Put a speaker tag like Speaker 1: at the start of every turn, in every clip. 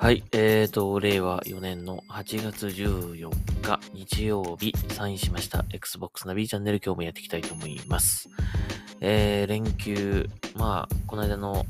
Speaker 1: はい、令和4年の8月14日日曜日、サインしました Xbox ナビチャンネル、今日もやっていきたいと思います。連休、この間の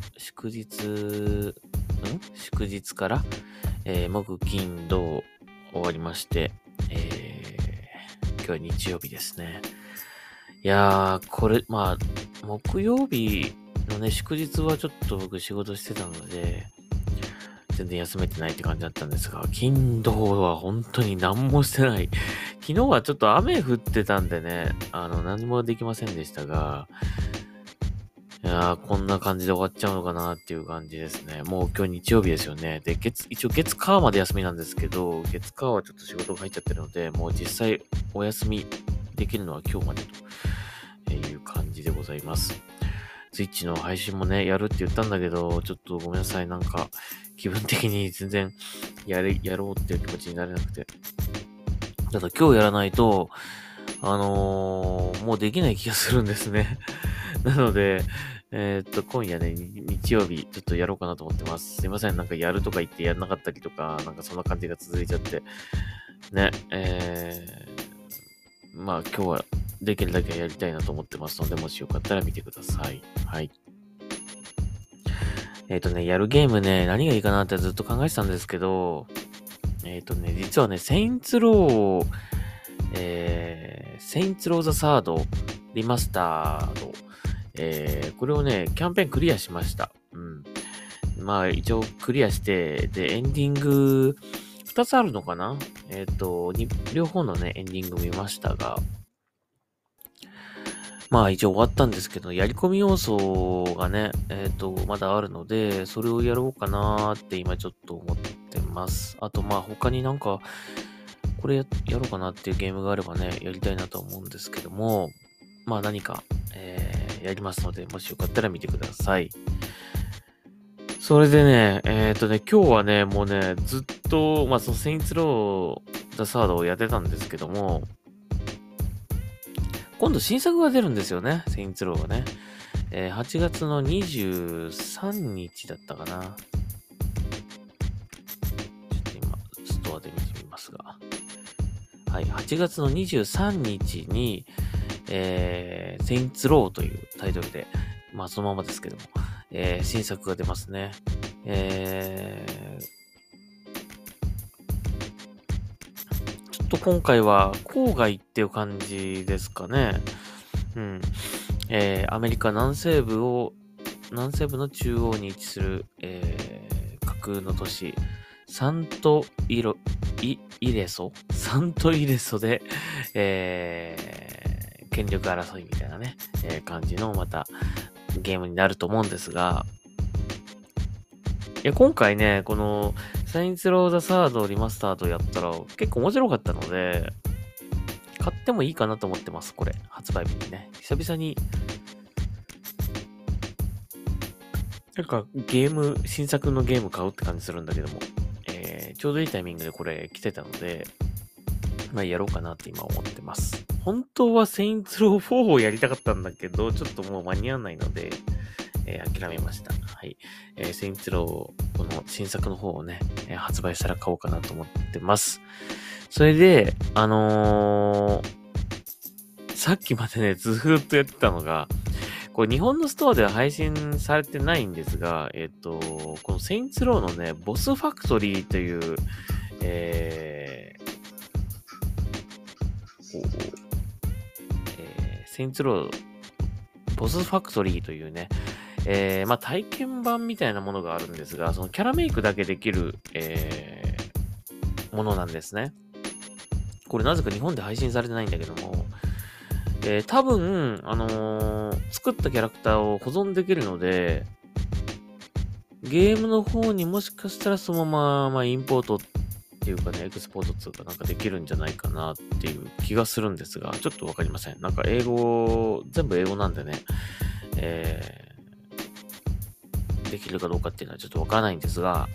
Speaker 1: 祝日から、木、金、土、終わりまして、今日は日曜日ですね。いやー、木曜日のね、祝日はちょっと僕仕事してたので、全然休めてないって感じだったんですが、金土は本当に何もしてない。昨日はちょっと雨降ってたんでね、何もできませんでしたが、いやー、こんな感じで終わっちゃうのかなっていう感じですね。もう今日日曜日ですよね。で、一応月火まで休みなんですけど、月火はちょっと仕事が入っちゃってるので、もう実際お休みできるのは今日までという感じでございます。スイッチの配信もね、やるって言ったんだけど、ちょっとごめんなさい。なんか、気分的に全然やろうっていう気持ちになれなくて。ただ今日やらないと、もうできない気がするんですね。なので、今夜ね、日曜日、ちょっとやろうかなと思ってます。すいません。なんかやるとか言ってやんなかったりとか、なんかそんな感じが続いちゃって。ね、今日はできるだけやりたいなと思ってますので、もしよかったら見てください。はい。やるゲームね、何がいいかなってずっと考えてたんですけど、実はね、セインツロー、セインツローザサード、リマスタード、これをね、キャンペーンクリアしました。一応クリアして、で、エンディング、2つあるのかな。両方のね、エンディング見ましたが、一応終わったんですけど、やり込み要素がね、まだあるので、それをやろうかなーって今ちょっと思ってます。あと、他になんか、これやろうかなっていうゲームがあればね、やりたいなと思うんですけども、何か、やりますので、もしよかったら見てください。それでね、今日はね、もうね、ずっと、そのセインツロー・ザ・サードをやってたんですけども、今度新作が出るんですよね、セインツローがね。8月の23日だったかな。ちょっと今、ストアで見てみますが。はい、8月の23日に、セインツローというタイトルで、そのままですけども、新作が出ますね。ちょっと今回は郊外っていう感じですかね。アメリカ南西部の中央に位置する、架空の都市、サントイレソで、権力争いみたいなね、感じのまたゲームになると思うんですが、今回ね、このサインツローザサードリマスタードやったら結構面白かったので、買ってもいいかなと思ってます、これ。発売日にね。久々に、なんか新作のゲーム買うって感じするんだけども、ちょうどいいタイミングでこれ来てたので、やろうかなって今思ってます。本当はセインツロー4をやりたかったんだけど、ちょっともう間に合わないので、諦めました。はい。セインツロー、この新作の方をね、発売したら買おうかなと思ってます。それで、さっきまでね、ずーっとやってたのが、これ日本のストアでは配信されてないんですが、このセインツローのね、ボスファクトリーという、セインツローボスファクトリーというね、体験版みたいなものがあるんですが、そのキャラメイクだけできる、ものなんですね。これなぜか日本で配信されてないんだけども、多分、作ったキャラクターを保存できるので、ゲームの方にもしかしたらそのまま、インポートっていうかね、エクスポートっていうかなんかできるんじゃないかなっていう気がするんですが、ちょっとわかりません。なんか全部英語なんでね、できるかどうかっていうのはちょっとわからないんですが、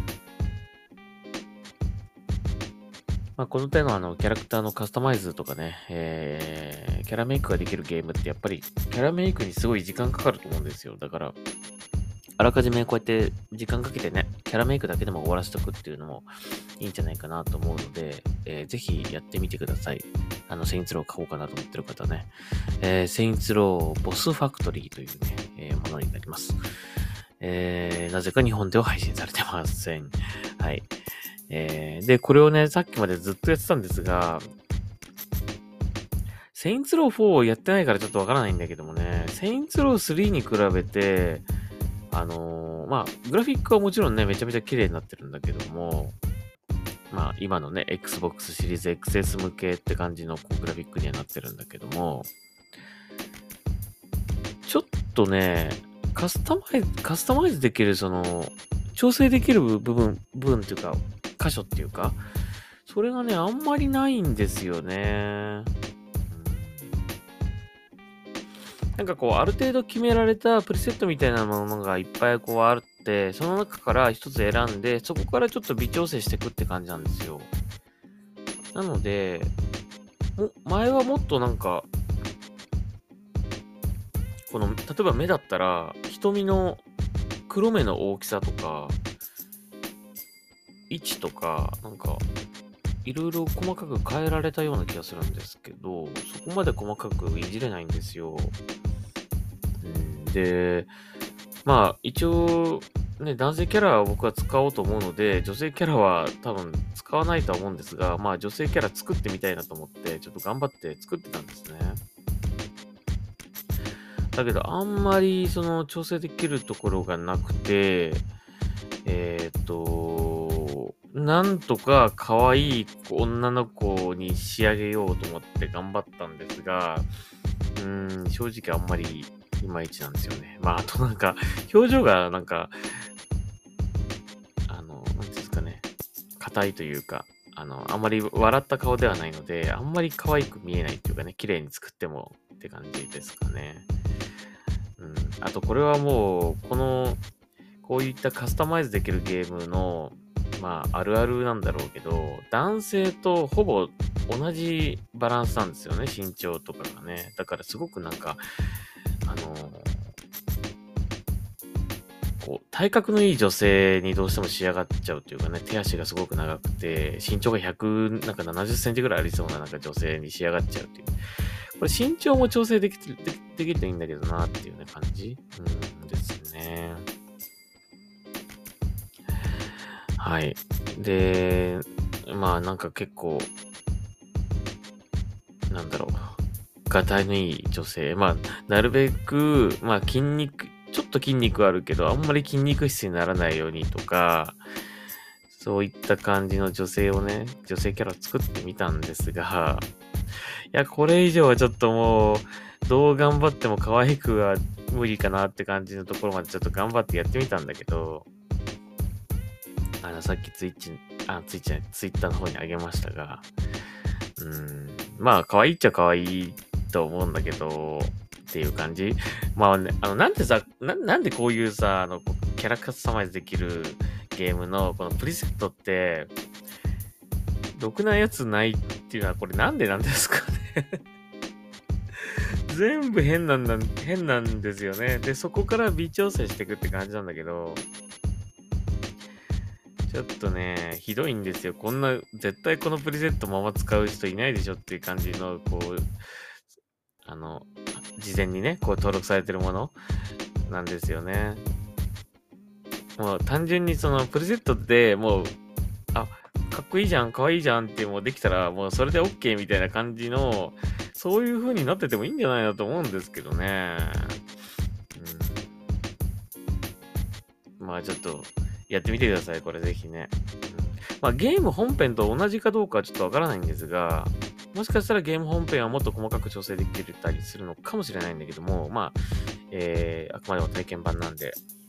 Speaker 1: この手のキャラクターのカスタマイズとかね、キャラメイクができるゲームってやっぱりキャラメイクにすごい時間かかると思うんですよ。だから、あらかじめこうやって時間かけてね、キャキャラメイクだけでも終わらせておくっていうのもいいんじゃないかなと思うので、ぜひやってみてください。セインツロー買おうかなと思ってる方ね。セインツローボスファクトリーというね、ものになります。なぜか日本では配信されてません。はい。で、これをね、さっきまでずっとやってたんですが、セインツロー4をやってないからちょっとわからないんだけどもね、セインツロー3に比べて、グラフィックはもちろんね、めちゃめちゃ綺麗になってるんだけども、今のね、Xbox シリーズ XS 向けって感じのグラフィックにはなってるんだけども、ちょっとね、カスタマイズできる、調整できる部分っていうか、箇所っていうか、それがね、あんまりないんですよね。なんかこう、ある程度決められたプリセットみたいなものがいっぱいこうあって、その中から一つ選んで、そこからちょっと微調整していくって感じなんですよ。なので、前はもっとなんか、例えば目だったら、瞳の黒目の大きさとか、位置とか、なんか、いろいろ細かく変えられたような気がするんですけど、そこまで細かくいじれないんですよ。で、一応、ね、男性キャラは僕は使おうと思うので、女性キャラは多分使わないとは思うんですが、女性キャラ作ってみたいなと思って、ちょっと頑張って作ってたんですね。だけど、あんまり調整できるところがなくて、なんとか可愛い女の子に仕上げようと思って頑張ったんですが、正直あんまりいまいちなんですよね。あとなんか、表情がなんか、なんていうんですかね、硬いというか、あんまり笑った顔ではないので、あんまり可愛く見えないっていうかね、綺麗に作ってもって感じですかね。あとこれはもう、こういったカスタマイズできるゲームの、あるあるなんだろうけど、男性とほぼ同じバランスなんですよね、身長とかがね。だからすごくなんか、体格のいい女性にどうしても仕上がっちゃうというかね、手足がすごく長くて、身長が170センチぐらいありそうななんか女性に仕上がっちゃうっていう。これ身長も調整できるといいんだけどなっていうね感じですね。はい。で、なんか結構、なんだろう。がたいのいい女性。なるべく、ちょっと筋肉あるけど、あんまり筋肉質にならないようにとか、そういった感じの女性キャラを作ってみたんですが、いや、これ以上はちょっともう、どう頑張っても可愛くは無理かなって感じのところまでちょっと頑張ってやってみたんだけど、さっきツイッターの方にあげましたが、可愛いっちゃ可愛いと思うんだけど、っていう感じ。なんでこういうさ、キャラカスタマイズできるゲームのこのプリセットって、ろくなやつないっていうのはこれなんでなんですかね。全部変なんですよね。で、そこから微調整していくって感じなんだけど、ちょっとね、ひどいんですよ。絶対このプリセットまま使う人いないでしょっていう感じの、事前にね、登録されてるものなんですよね。もう単純にプリセットでもう、かっこいいじゃん、かわいいじゃんってもうできたら、もうそれで OK みたいな感じの、そういう風になっててもいいんじゃないかと思うんですけどね。ちょっと、やってみてください、これぜひね。ゲーム本編と同じかどうかはちょっとわからないんですが、もしかしたらゲーム本編はもっと細かく調整できたりするのかもしれないんだけども、あくまでも体験版なんで、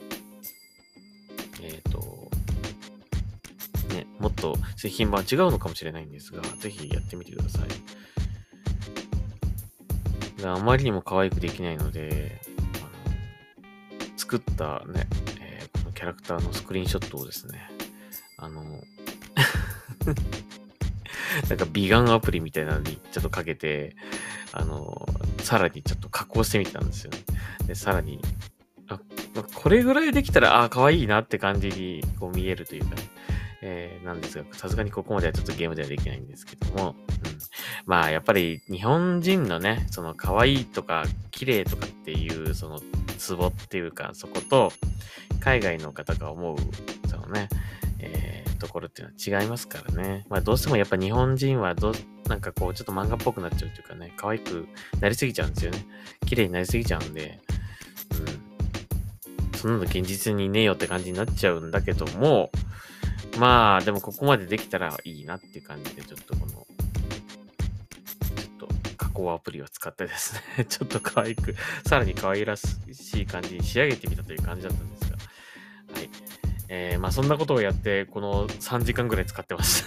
Speaker 1: もっと製品版は違うのかもしれないんですが、ぜひやってみてください。あまりにも可愛くできないので、作ったね、このキャラクターのスクリーンショットをですね、なんか美顔アプリみたいなのにちょっとかけて、さらにちょっと加工してみたんですよね。で、さらに、 これぐらいできたら、可愛いなって感じにこう見えるというかね。なんですが、さすがにここまではちょっとゲームではできないんですけども、まあやっぱり日本人のね、その可愛いとか綺麗とかっていうそのツボっていうか、そこと海外の方が思う、そのね、ところっていうのは違いますからね。まあどうしてもやっぱ日本人はなんかこうちょっと漫画っぽくなっちゃうというかね、可愛くなりすぎちゃうんですよね。綺麗になりすぎちゃうんで、そんなの現実にねえよって感じになっちゃうんだけども、まあでもここまでできたらいいなっていう感じで、ちょっと加工アプリを使ってですね、ちょっと可愛く、さらに可愛らしい感じに仕上げてみたという感じだったんですが、はい。まあそんなことをやって、この3時間ぐらい使ってました。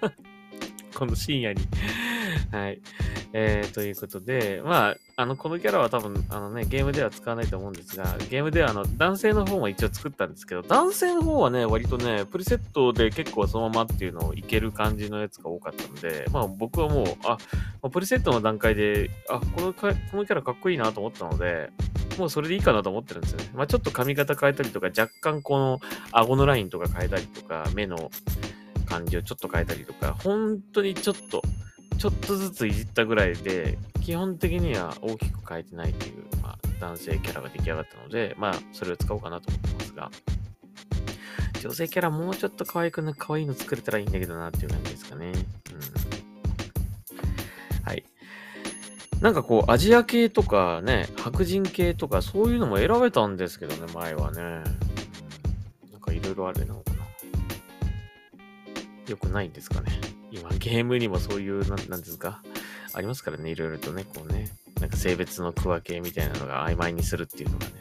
Speaker 1: この深夜に。はい。ということで、まあ、このキャラは多分、ゲームでは使わないと思うんですが、ゲームでは男性の方も一応作ったんですけど、男性の方はね、割とね、プリセットで結構そのままっていうのをいける感じのやつが多かったので、まあ僕はもう、プリセットの段階で、このキャラかっこいいなと思ったので、もうそれでいいかなと思ってるんですよね。まあちょっと髪型変えたりとか、若干この顎のラインとか変えたりとか、目の感じをちょっと変えたりとか、本当にちょっとずついじったぐらいで、基本的には大きく変えてないという、まあ、男性キャラが出来上がったので、まあ、それを使おうかなと思ってますが、女性キャラもうちょっと可愛いの作れたらいいんだけどなっていう感じですかね。はい。なんかこう、アジア系とかね、白人系とか、そういうのも選べたんですけどね、前はね。なんかいろいろあれなのかな。よくないんですかね。今、ゲームにもそういう、なんですかありますからね、いろいろとね、こうね。なんか性別の区分けみたいなのが曖昧にするっていうのがね。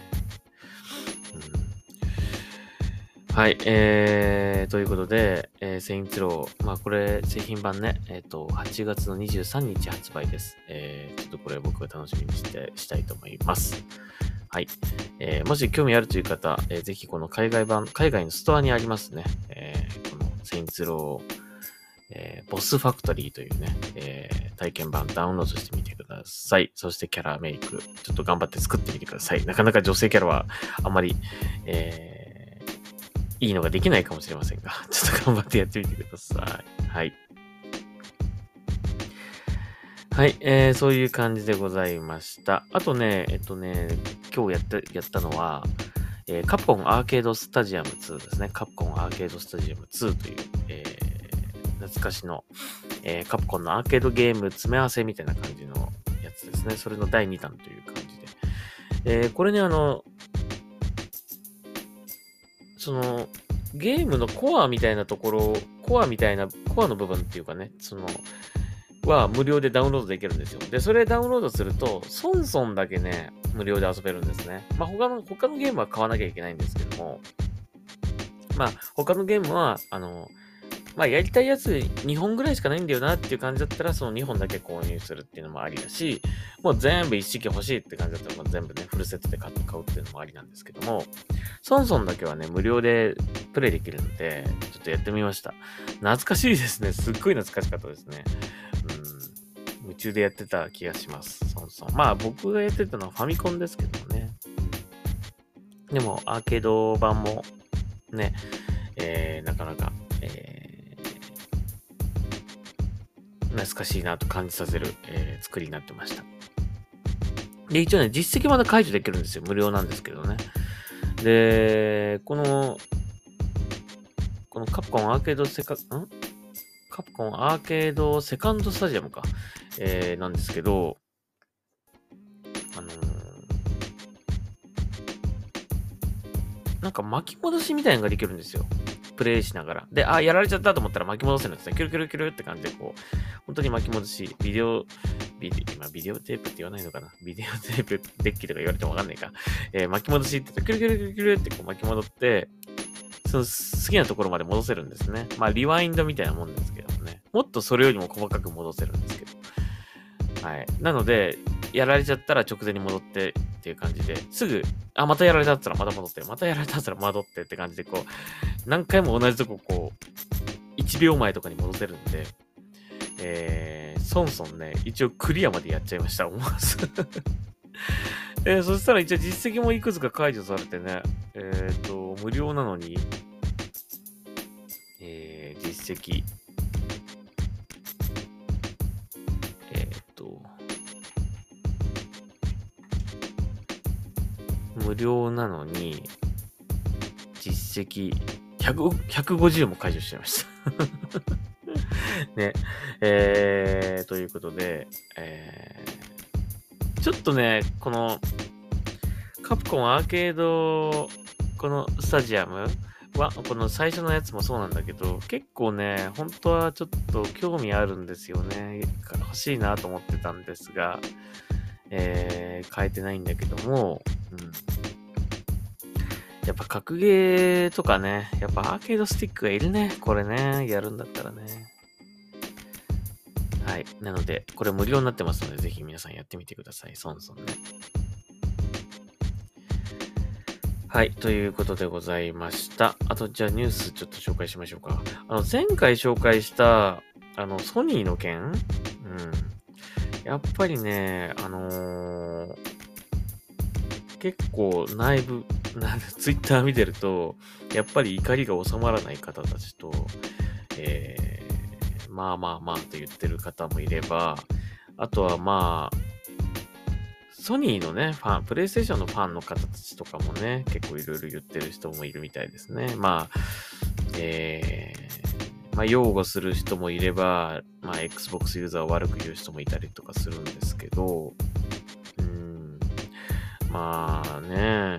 Speaker 1: はい、ということで、セインツロー、まあこれ製品版ね、8月の23日発売です。ちょっとこれ僕が楽しみにしたいと思います。はい。もし興味あるという方、ぜひこの海外のストアにありますね。このセインツロー、ボスファクトリーというね、体験版ダウンロードしてみてください。そしてキャラメイク、ちょっと頑張って作ってみてください。なかなか女性キャラはあんまり、いいのができないかもしれませんが、ちょっと頑張ってやってみてください。はい。はい、そういう感じでございました。あとね、今日やったのは、カプコンアーケードスタジアム2ですね。カプコンアーケードスタジアム2という、懐かしの、カプコンのアーケードゲーム詰め合わせみたいな感じのやつですね。それの第2弾という感じで。これね、その、ゲームのコアみたいなところ、コアの部分っていうかね、は無料でダウンロードできるんですよ。で、それダウンロードすると、ソンソンだけね、無料で遊べるんですね。まあ、他のゲームは買わなきゃいけないんですけども、まあ、他のゲームは、まあ、やりたいやつ2本ぐらいしかないんだよなっていう感じだったら、その2本だけ購入するっていうのもありだし、もう全部一式欲しいって感じだったら、もう全部ね、フルセットで買うっていうのもありなんですけども、ソンソンだけはね、無料でプレイできるので、ちょっとやってみました。懐かしいですね。すっごい懐かしかったですね。夢中でやってた気がします。ソンソン。まあ、僕がやってたのはファミコンですけどもね。でも、アーケード版もね、なかなか、懐かしいなと感じさせる、作りになってました。で、一応ね、実績まだ解除できるんですよ。無料なんですけどね。で、このカプコンアーケードカプコンアーケードセカンドスタジアムか。なんですけど、なんか巻き戻しみたいなのができるんですよ。プレイしながら。で、やられちゃったと思ったら巻き戻せるんですね。キュルキュルキュルって感じで、こう、本当に巻き戻し、ビデオテープって言わないのかな。ビデオテープデッキとか言われてもわかんないか。巻き戻しって言うと、キュルキュルキュルキュルってこう巻き戻って、その好きなところまで戻せるんですね。まあ、リワインドみたいなもんですけどね。もっとそれよりも細かく戻せるんですけど。はい。なので、やられちゃったら直前に戻ってっていう感じで、すぐ、またやられたったらまた戻って、またやられたったら戻ってって感じで、こう、何回も同じとこ、こう、1秒前とかに戻せるんで、ソンソンね、一応クリアまでやっちゃいました、思わず。 そしたら一応実績もいくつか解除されてね、無料なのに、実績、無料なのに、実績150も解除しちゃいました。ね。ということで、ちょっとね、この、カプコンアーケード、このスタジアムは、この最初のやつもそうなんだけど、結構ね、本当はちょっと興味あるんですよね。欲しいなと思ってたんですが、変えてないんだけども、やっぱ格ゲーとかね、やっぱアーケードスティックがいるね。これね、やるんだったらね。はい。なので、これ無料になってますので、ぜひ皆さんやってみてください。ソンソンね。はい。ということでございました。あと、じゃあニュースちょっと紹介しましょうか。前回紹介した、ソニーの件やっぱりね、結構内部、ツイッター見てると、やっぱり怒りが収まらない方たちと、まあまあまあと言ってる方もいれば、あとはまあ、ソニーのね、プレイステーションのファンの方たちとかもね、結構いろいろ言ってる人もいるみたいですね。まあ、擁護する人もいれば、まあ、Xbox ユーザーを悪く言う人もいたりとかするんですけど、まあね、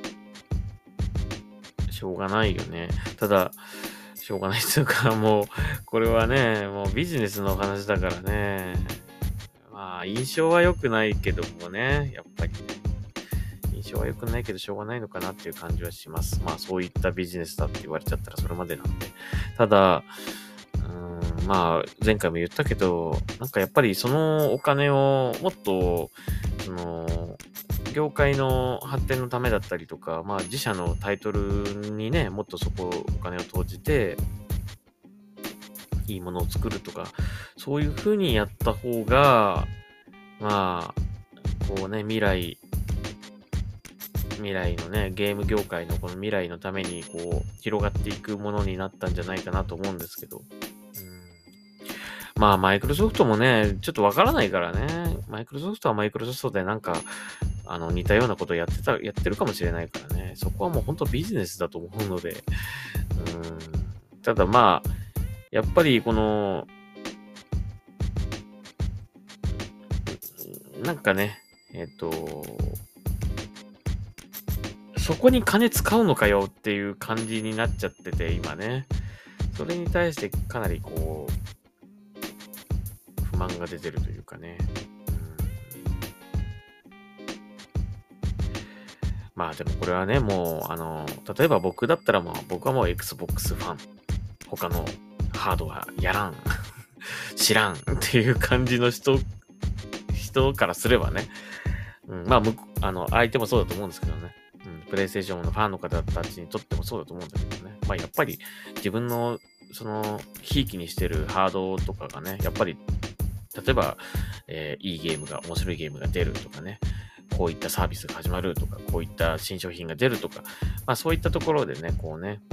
Speaker 1: しょうがないよね。ただ、しょうがないっていうか、もう、これはね、もうビジネスの話だからね。まあ、印象は良くないけどもね、やっぱりね。印象は良くないけどしょうがないのかなっていう感じはします。まあ、そういったビジネスだって言われちゃったらそれまでなんで。ただ、まあ、前回も言ったけど、なんかやっぱりそのお金をもっと、業界の発展のためだったりとか、まあ自社のタイトルにね、もっとそこお金を投じて、いいものを作るとか、そういう風にやった方が、まあ、こうね、未来のね、ゲーム業界のこの未来のために、こう、広がっていくものになったんじゃないかなと思うんですけど。まあ、マイクロソフトもね、ちょっとわからないからね。マイクロソフトはマイクロソフトでなんか、似たようなことをやってるかもしれないからね。そこはもう本当ビジネスだと思うので。ただまあ、やっぱりこの、なんかね、そこに金使うのかよっていう感じになっちゃってて、今ね。それに対してかなりこう、不満が出てるというかね。まあでもこれはね、もう、例えば僕だったら僕はもう Xbox ファン。他のハードはやらん。知らんっていう感じの人からすればね。まあ、相手もそうだと思うんですけどね。プレイステーションのファンの方たちにとってもそうだと思うんだけどね。まあやっぱり自分の、ひいきにしてるハードとかがね、やっぱり、例えば、いいゲームが、面白いゲームが出るとかね。こういったサービスが始まるとか、こういった新商品が出るとか、まあそういったところでね、こうね、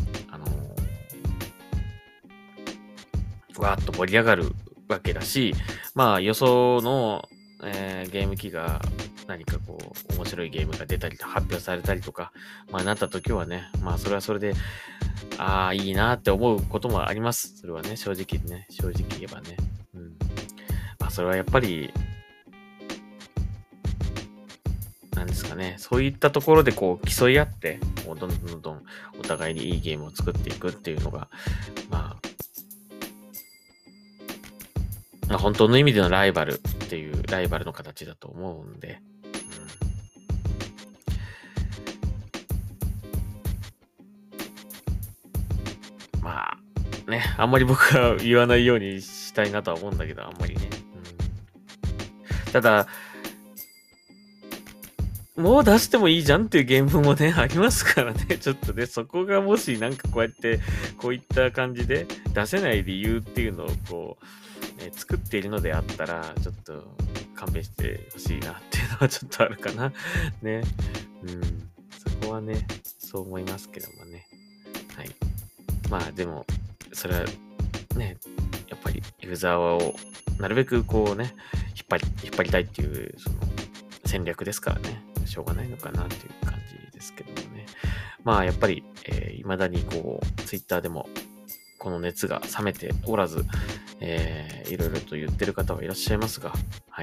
Speaker 1: わーっと盛り上がるわけだし、まあ予想の、ゲーム機が何かこう、面白いゲームが出たりと発表されたりとか、まあなった時はね、まあそれはそれで、いいなって思うこともあります。それはね、正直言えばね。まあそれはやっぱり、なんですかね。そういったところでこう競い合って、こうどんどんお互いにいいゲームを作っていくっていうのが、まあ本当の意味でのライバルっていうライバルの形だと思うんで、まあね、あんまり僕は言わないようにしたいなとは思うんだけど、あんまりね。ただ、もう出してもいいじゃんっていうゲームもね、ありますからね。ちょっとね、そこがもしなんかこうやって、こういった感じで出せない理由っていうのをこう、作っているのであったら、ちょっと勘弁してほしいなっていうのはちょっとあるかな。ね。そこはね、そう思いますけどもね。はい。まあでも、それはね、やっぱりユーザーをなるべくこうね、引っ張りたいっていう、その戦略ですからね、しょうがないのかなっていう感じですけどもね。まあやっぱり、未だにこう、ツイッターでもこの熱が冷めておらず、いろいろと言ってる方はいらっしゃいますが、はい。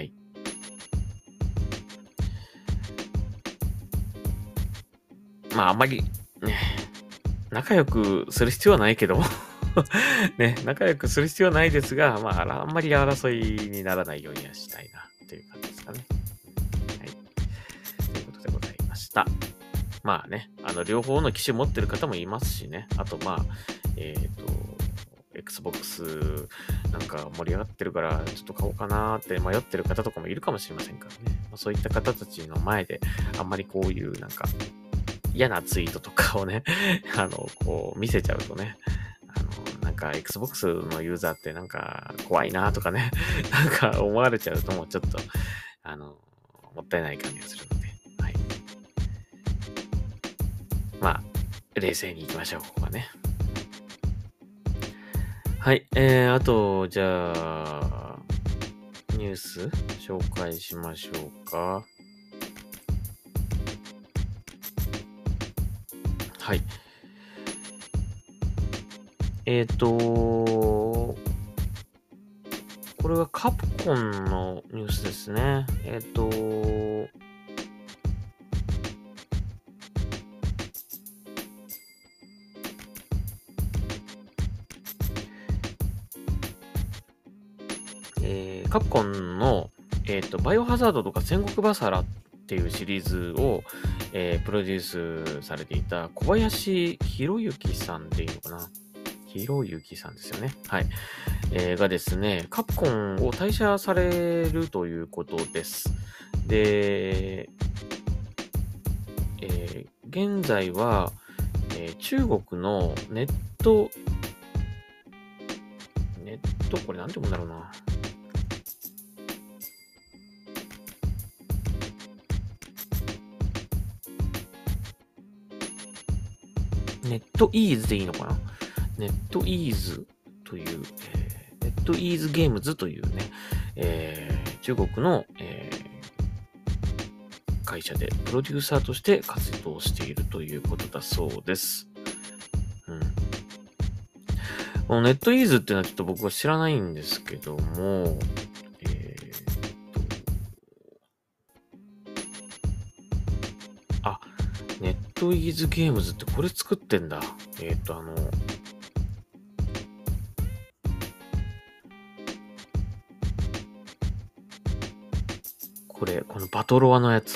Speaker 1: まああんまりね、仲良くする必要はないけどもね、仲良くする必要はないですが、まあ、あんまり争いにならないようにはしたいな、という感じですかね。はい。ということでございました。まあね、両方の機種持ってる方もいますしね。あと、まあ、Xbox なんか盛り上がってるから、ちょっと買おうかなーって迷ってる方とかもいるかもしれませんからね。まあ、そういった方たちの前で、あんまりこういうなんか、嫌なツイートとかをね、こう見せちゃうとね、なんか Xbox のユーザーってなんか怖いなとかね、なんか思われちゃうともうちょっと、もったいない感じがするので、はい。まあ、冷静に行きましょう、ここはね。はい、あと、じゃあ、ニュース紹介しましょうか。はい。これはカプコンのニュースですね。カプコンの、バイオハザードとか戦国バサラっていうシリーズを、プロデュースされていた小林博之さんでいいのかな。博之さんですよね。はい。がですね、カプコンを退社されるということです。で、現在は、中国のこれなんて言うんだろうな。ネットイーズでいいのかな。ネットイーズという、ネットイーズゲームズというね、中国の、会社でプロデューサーとして活動しているということだそうです。このネットイーズっていうのはちょっと僕は知らないんですけども、ネットイーズゲームズってこれ作ってんだ。このバトロワのやつ。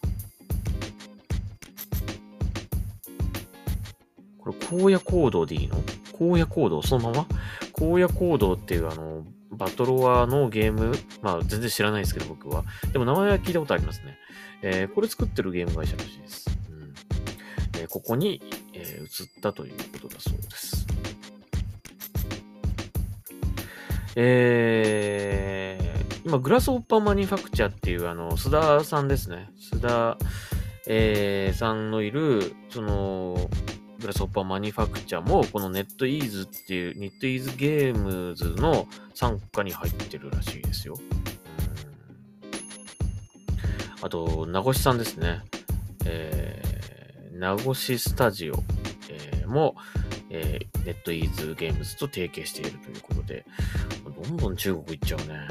Speaker 1: これ、荒野行動でいいの？荒野行動そのまま荒野行動っていうバトロワのゲーム、まあ全然知らないですけど僕は。でも名前は聞いたことありますね。これ作ってるゲーム会社らしいです。ここに、移ったということだそうです。今、グラスオッパーマニファクチャーっていう須田さんですね。須田、さんのいる、グラスオッパーマニファクチャーも、このネットイーズっていう、ネットイーズゲームズの傘下に入ってるらしいですよ。あと、名越さんですね。名越スタジオ、も、ネットイーズゲームズと提携しているということで、どんどん中国行っちゃうね。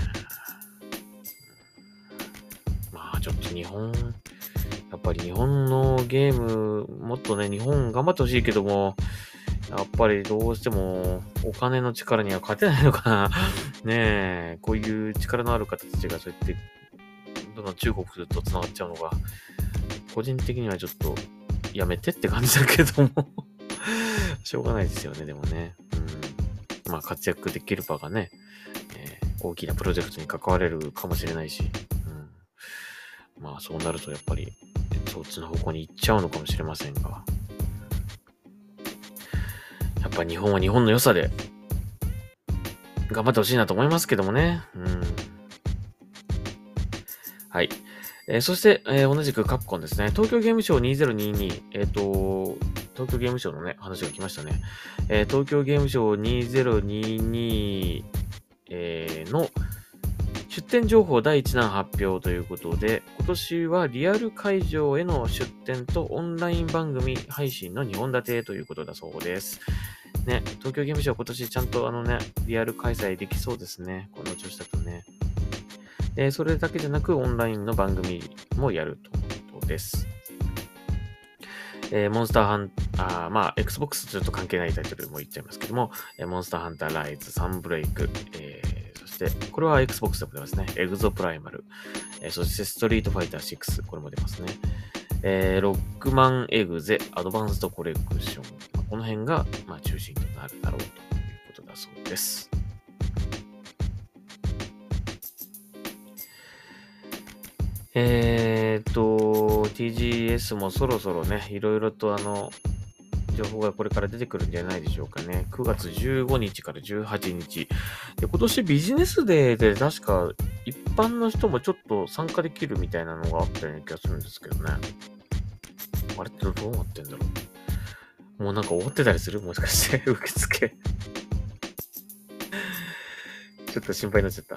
Speaker 1: まあちょっとやっぱり日本のゲーム、もっとね、日本頑張ってほしいけども、やっぱりどうしてもお金の力には勝てないのかな。ねえ、こういう力のある方たちがそうやって、どんどん中国と繋がっちゃうのが、個人的にはちょっとやめてって感じだけどもしょうがないですよね、でもね。まあ活躍できる場がね、大きなプロジェクトに関われるかもしれないし、まあそうなるとやっぱりそっちの方向に行っちゃうのかもしれませんが、やっぱ日本は日本の良さで頑張ってほしいなと思いますけどもね。 はい。そして、同じくカプコンですね。東京ゲームショウ2022、東京ゲームショウのね、話が来ましたね。東京ゲームショウ2022、の出展情報第1弾発表ということで、今年はリアル会場への出展とオンライン番組配信の2本立てということだそうです。ね、東京ゲームショウ今年ちゃんとリアル開催できそうですね。この調子だとね。それだけじゃなくオンラインの番組もやるということです。モンスターハンター、Xbox とちょっと関係ないタイトルも言っちゃいますけども、モンスターハンターライズ、サンブレイク、そして、これは Xbox でも出ますね。エグゾプライマル、そしてストリートファイター6、これも出ますね。ロックマンエグゼ、アドバンストコレクション。この辺が、中心となるだろうということだそうです。TGS もそろそろね、いろいろと情報がこれから出てくるんじゃないでしょうかね。9月15日から18日。で、今年ビジネスデーで確か一般の人もちょっと参加できるみたいなのがあったような気がするんですけどね。あれってどうなってんだろう。もうなんか終わってたりするもしかして、受付。ちょっと心配になっちゃった。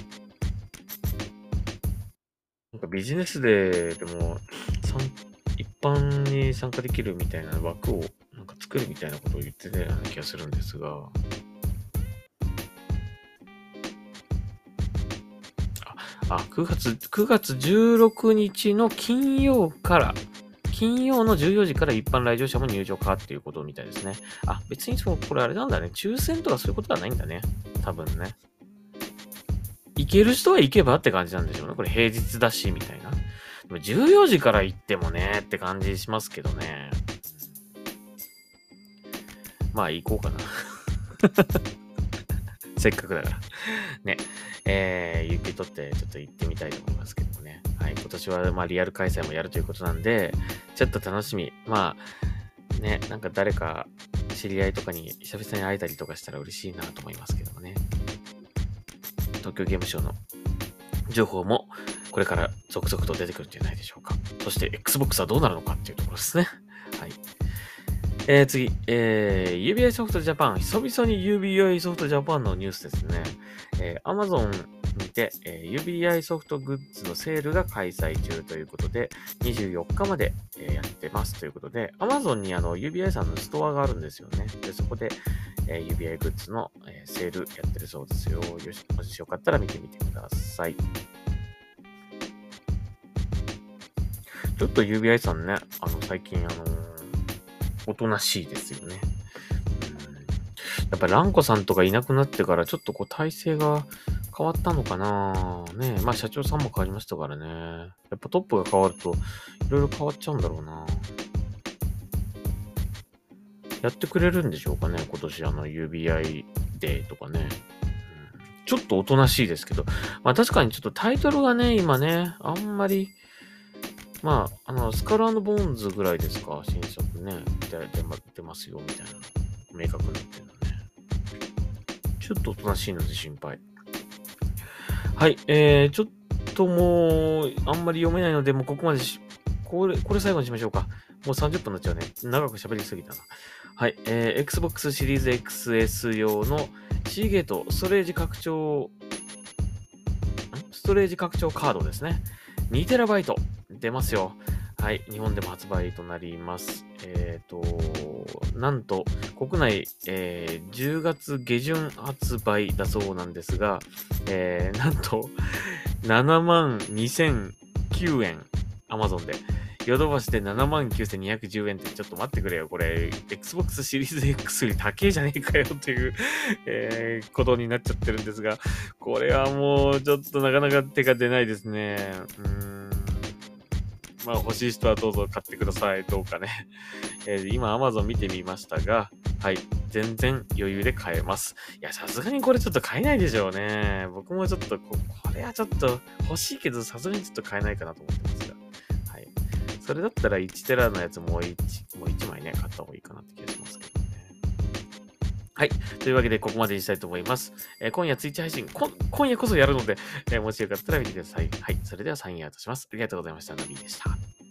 Speaker 1: なんかビジネスデーでも、一般に参加できるみたいな枠をなんか作るみたいなことを言ってたような気がするんですが、9月16日の金曜の14時から一般来場者も入場かっていうことみたいですね。別にこれあれなんだね。抽選とかそういうことはないんだね。多分ね。行ける人は行けばって感じなんでしょうね。これ平日だし、みたいな。でも14時から行ってもね、って感じしますけどね。行こうかな。せっかくだから。ね。有給取ってちょっと行ってみたいと思いますけどもね。はい。今年はリアル開催もやるということなんで、ちょっと楽しみ。ね、なんか誰か知り合いとかに久々に会えたりとかしたら嬉しいなと思いますけどもね。東京ゲームショウの情報もこれから続々と出てくるんじゃないでしょうか。そして Xbox はどうなるのかっていうところですね。はい。次、UBI ソフトジャパン。久々に UBI ソフトジャパンのニュースですね。Amazon にて、UBI ソフトグッズのセールが開催中ということで、24日まで、やってますということで、Amazon にUBI さんのストアがあるんですよね。で、そこで、UBI グッズの、セールやってるそうですよ。もしよかったら見てみてください。ちょっと UBI さんね、最近おとなしいですよね。やっぱりランコさんとかいなくなってからちょっと体制が変わったのかなね。社長さんも変わりましたからね。やっぱトップが変わるといろいろ変わっちゃうんだろうな。やってくれるんでしょうかね。今年UBI デーとかね。ちょっとおとなしいですけど。確かにちょっとタイトルがね、今ね、あんまり、スカル&ボーンズぐらいですか、新作ね。出ますよ、みたいな。明確になってるのね。ちょっとおとなしいので心配。はい、ちょっともう、あんまり読めないので、もうここまでこれ最後にしましょうか。もう30分になっちゃうね。長く喋りすぎたな。はい、Xbox シリーズ XS 用の C ゲートストレージ拡張カードですね。2TB 出ますよ。はい。日本でも発売となります。なんと、国内、10月下旬発売だそうなんですが、なんと、72,009円、Amazon で。ヨドバシで79,210円ってちょっと待ってくれよ。これ、Xbox シリーズ X より高えじゃねえかよっていう、ことになっちゃってるんですが、これはもうちょっとなかなか手が出ないですね。欲しい人はどうぞ買ってください。どうかね。今 Amazon 見てみましたが、はい。全然余裕で買えます。いや、さすがにこれちょっと買えないでしょうね。僕もちょっとこれはちょっと欲しいけど、さすがにちょっと買えないかなと思ってますが。はい。それだったら1テラのやつもう1枚ね、買った方がいいかなって気がしますけどね。 はい。というわけで、ここまでにしたいと思います。今夜ツイッチ配信、今夜こそやるので、もしよかったら見てください。はい。それではサインアウトします。ありがとうございました。ナビでした。